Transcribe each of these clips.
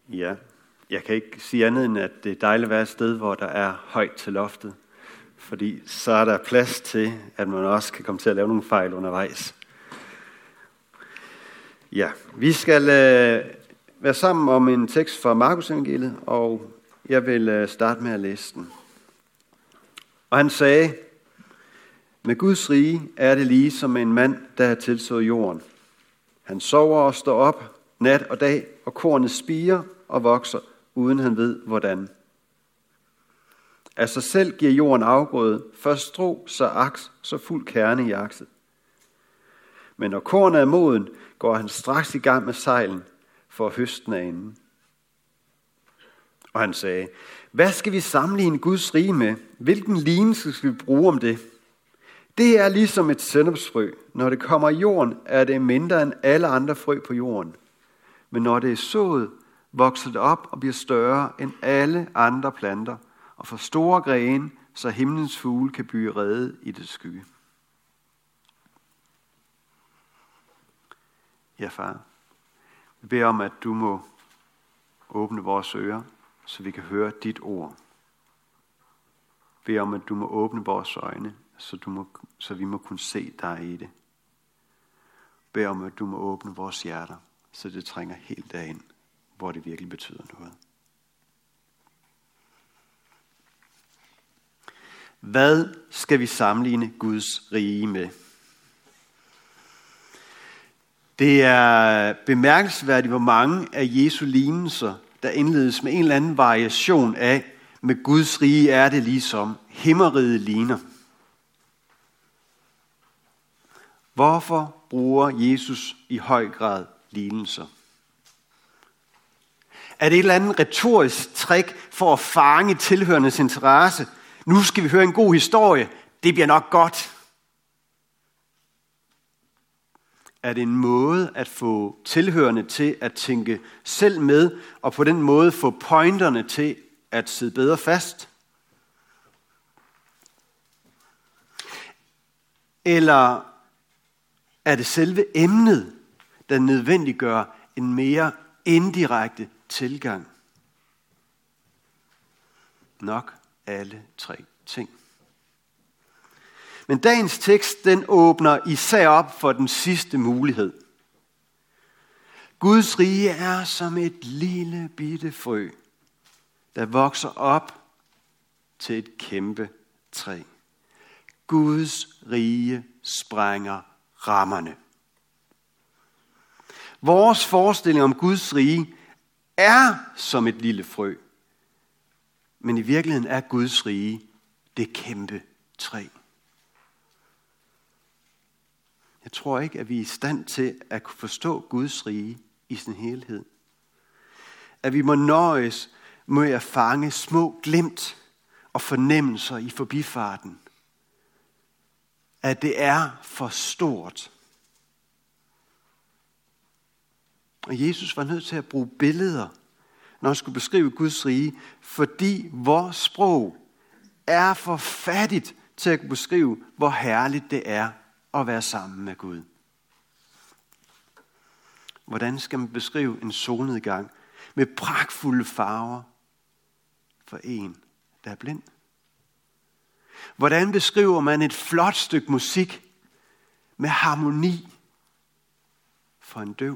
Ja, jeg kan ikke sige andet end, at det er dejligt at være et sted, hvor der er højt til loftet. Fordi så er der plads til, at man også kan komme til at lave nogle fejl undervejs. Ja, vi skal være sammen om en tekst fra Markus evangeliet, og jeg vil starte med at læse den. Og han sagde, med Guds rige er det lige som en mand, der har tilsået jorden. Han sover og står op nat og dag, og kornet spirer og vokser, uden han ved hvordan. Af sig selv giver jorden afgrøde, først strå, så aks, så fuld kerne i akset. Men når kornet er moden, går han straks i gang med sejlen for at høste den af enden. Og han sagde, hvad skal vi sammenligne Guds rige med? Hvilken lignelse skal vi bruge om det? Det er ligesom et sennepsfrø. Når det kommer i jorden, er det mindre end alle andre frø på jorden. Men når det er sået, vokser det op og bliver større end alle andre planter, og får store grene, så himlens fugle kan blive rede i det skygge. Ja, far, vi beder om, at du må åbne vores ører, så vi kan høre dit ord. Vi beder om, at du må åbne vores øjne, så vi må kunne se dig i det. Vi beder om, at du må åbne vores hjerter, så det trænger helt derind, hvor det virkelig betyder noget. Hvad skal vi sammenligne Guds rige med? Det er bemærkelsesværdigt, hvor mange af Jesu lignelser, der indledes med en eller anden variation af, med Guds rige er det ligesom himmeriget ligner. Hvorfor bruger Jesus i høj grad lignelser? Er det et eller andet retorisk trick for at fange tilhørendes interesse? Nu skal vi høre en god historie. Det bliver nok godt. Er det en måde at få tilhørende til at tænke selv med, og på den måde få pointerne til at sidde bedre fast? Eller er det selve emnet, der nødvendiggør en mere indirekte tilgang? Nok alle tre ting. Men dagens tekst, den åbner især op for den sidste mulighed. Guds rige er som et lille bitte frø, der vokser op til et kæmpe træ. Guds rige sprænger rammerne. Vores forestilling om Guds rige er som et lille frø, men i virkeligheden er Guds rige det kæmpe træ. Jeg tror ikke, at vi er i stand til at kunne forstå Guds rige i sin helhed. At vi må nøjes med at fange små glimt og fornemmelser i forbifarten. At det er for stort. Og Jesus var nødt til at bruge billeder, når han skulle beskrive Guds rige, fordi vores sprog er for fattigt til at kunne beskrive, hvor herligt det er at være sammen med Gud. Hvordan skal man beskrive en solnedgang med pragtfulde farver for en, der er blind? Hvordan beskriver man et flot stykke musik med harmoni for en døv?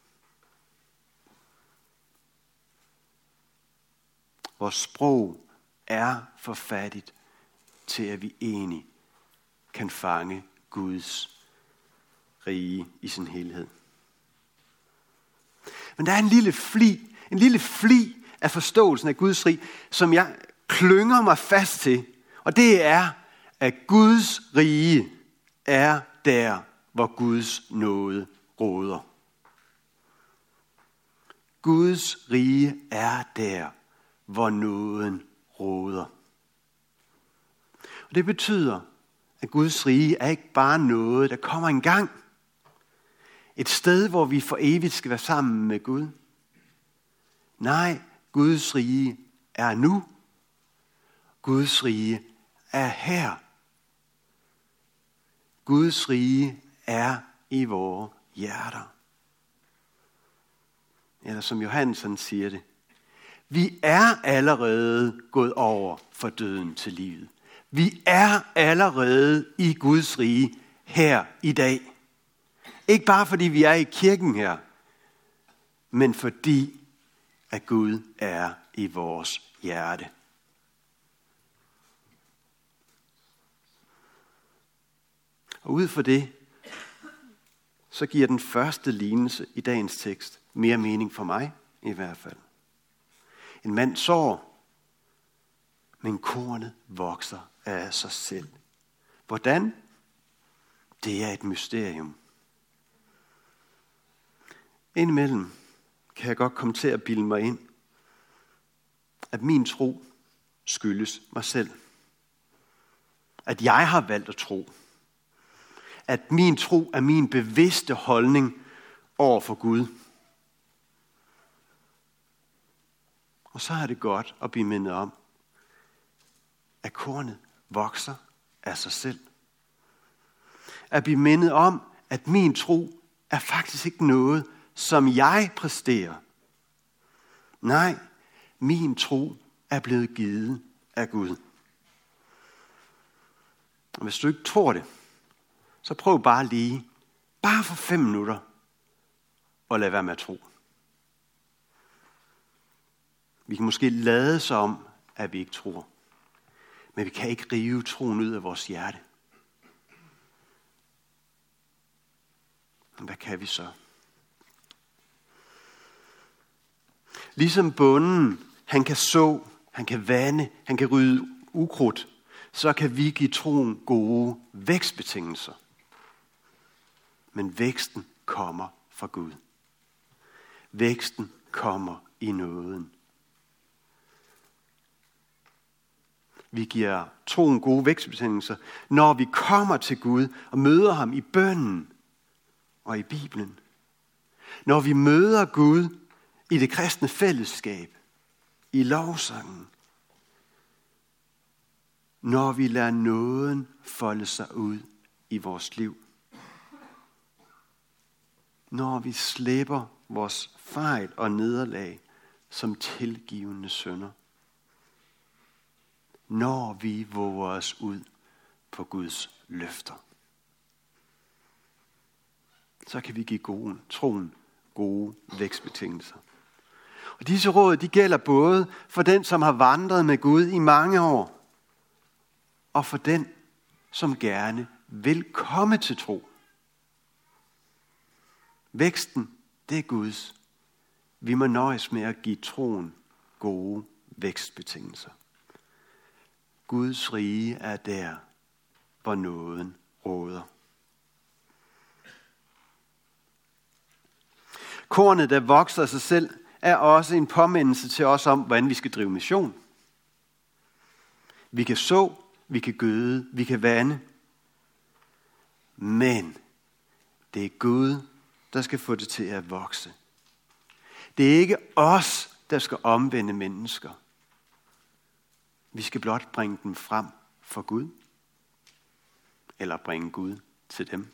Vores sprog er for fattigt til, at vi egentlig kan fange Guds rige i sin helhed. Men der er en lille fli af forståelsen af Guds rige, som jeg klynger mig fast til. Og det er, at Guds rige er der, hvor Guds nåde råder. Guds rige er der, hvor nåden råder. Og det betyder, at Guds rige er ikke bare noget, der kommer en gang. Et sted, hvor vi for evigt skal være sammen med Gud. Nej, Guds rige er nu. Guds rige er her. Guds rige er i vores hjerter. Eller som Johannes siger det, Vi er allerede gået over fra døden til livet. Vi er allerede i Guds rige her i dag. Ikke bare fordi vi er i kirken her, men fordi at Gud er i vores hjerte. Og ud fra det, så giver den første lignelse i dagens tekst mere mening for mig i hvert fald. En mand sår, men kornet vokser af sig selv. Hvordan? Det er et mysterium. Indimellem kan jeg godt komme til at bilde mig ind, at min tro skyldes mig selv. At jeg har valgt at tro. At min tro er min bevidste holdning over for Gud. Og så er det godt at blive mindet om, at kornet vokser af sig selv. At blive mindet om, at min tro er faktisk ikke noget, som jeg præsterer. Nej, min tro er blevet givet af Gud. Og hvis du ikke tror det, så prøv bare for 5 minutter, at lade være med at tro. Vi kan måske lade som, at vi ikke tror. Men vi kan ikke rive troen ud af vores hjerte. Hvad kan vi så? Ligesom bonden, han kan så, han kan vande, han kan rydde ukrudt, så kan vi give troen gode vækstbetingelser. Men væksten kommer fra Gud. Væksten kommer i nåden. Vi giver troen gode vækstbetingelser, når vi kommer til Gud og møder ham i bønnen og i Bibelen. Når vi møder Gud i det kristne fællesskab, i lovsangen. Når vi lader nåden folde sig ud i vores liv. Når vi slipper vores fejl og nederlag som tilgivende synder. Når vi våger os ud på Guds løfter. Så kan vi give troen gode vækstbetingelser. Og disse råd, de gælder både for den, som har vandret med Gud i mange år, og for den, som gerne vil komme til tro. Væksten, det er Guds. Vi må nøjes med at give troen gode vækstbetingelser. Guds rige er der, hvor nåden råder. Kornet, der vokser af sig selv, er også en påmindelse til os om, hvordan vi skal drive mission. Vi kan så, vi kan gøde, vi kan vande. Men det er Gud, der skal få det til at vokse. Det er ikke os, der skal omvende mennesker. Vi skal blot bringe dem frem for Gud. Eller bringe Gud til dem.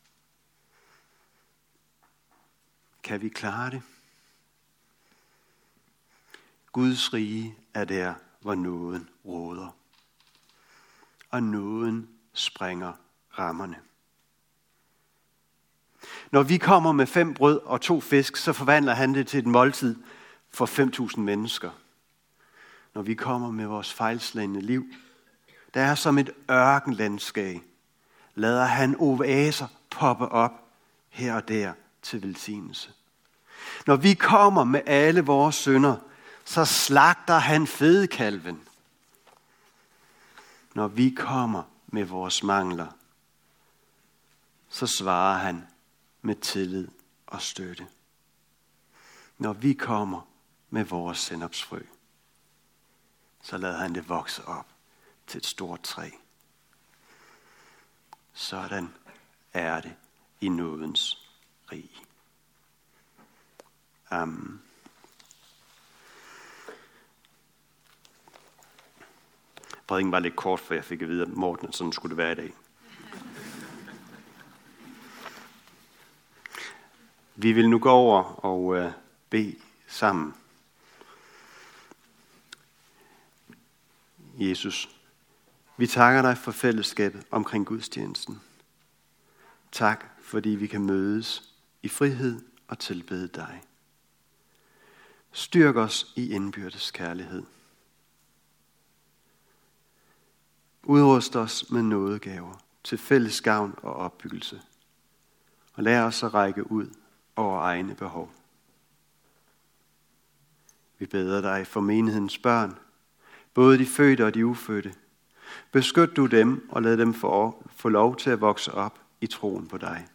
Kan vi klare det? Guds rige er der, hvor nåden råder. Og nåden springer rammerne. Når vi kommer med 5 brød og 2 fisk, så forvandler han det til et måltid for 5.000 mennesker. Når vi kommer med vores fejlslagne liv, der er som et ørkenlandskab, lader han oaser poppe op her og der til velsignelse. Når vi kommer med alle vores synder, så slagter han fedekalven. Når vi kommer med vores mangler, så svarer han med tillid og støtte. Når vi kommer med vores sennepsfrø, så lader han det vokse op til et stort træ. Sådan er det i nådens rige. Amen. Prædiken var lidt kort, for jeg fik at vide, at Morten, sådan skulle det være i dag. Vi vil nu gå over og bede sammen. Jesus, vi takker dig for fællesskabet omkring gudstjenesten. Tak, fordi vi kan mødes i frihed og tilbede dig. Styrk os i indbyrdes kærlighed. Udrust os med nådegaver til fælles gavn og opbyggelse. Og lær os at række ud over egne behov. Vi beder dig for menighedens børn, både de fødte og de ufødte. Beskyt du dem og lad dem få lov til at vokse op i troen på dig.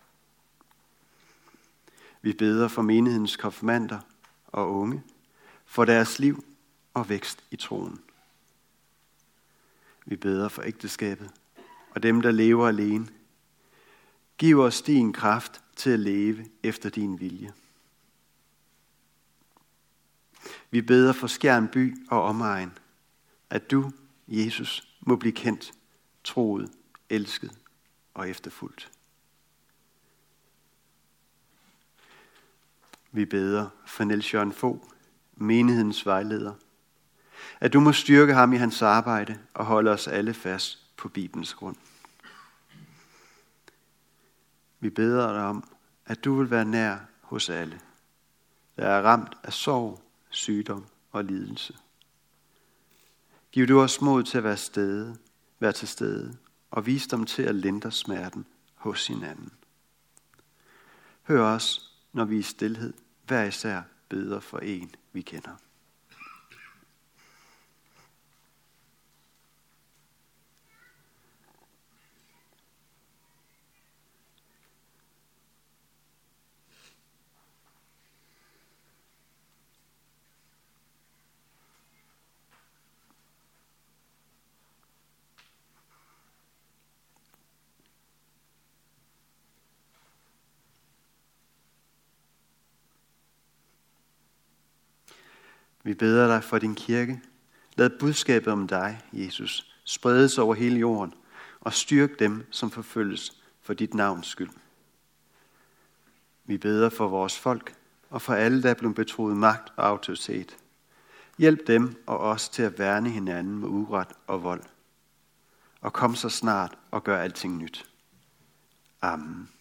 Vi beder for menighedens konfirmander og unge, for deres liv og vækst i troen. Vi beder for ægteskabet og dem, der lever alene. Giv os din kraft til at leve efter din vilje. Vi beder for Skjern by og omegn, at du, Jesus, må blive kendt, troet, elsket og efterfulgt. Vi beder for Niels Jørgen Fogh, menighedens vejleder, at du må styrke ham i hans arbejde og holde os alle fast på Bibelens grund. Vi beder dig om, at du vil være nær hos alle, der er ramt af sorg, sygdom og lidelse. Giv du os mod til at være til stede og visdom til at lindre smerten hos hinanden. Hør os, når vi i stilhed hver især beder for en, vi kender. Vi beder dig for din kirke. Lad budskabet om dig, Jesus, spredes over hele jorden og styrk dem, som forfølges for dit navns skyld. Vi beder for vores folk og for alle, der er blevet betroet magt og autoritet. Hjælp dem og os til at værne hinanden med uret og vold. Og kom så snart og gør alting nyt. Amen.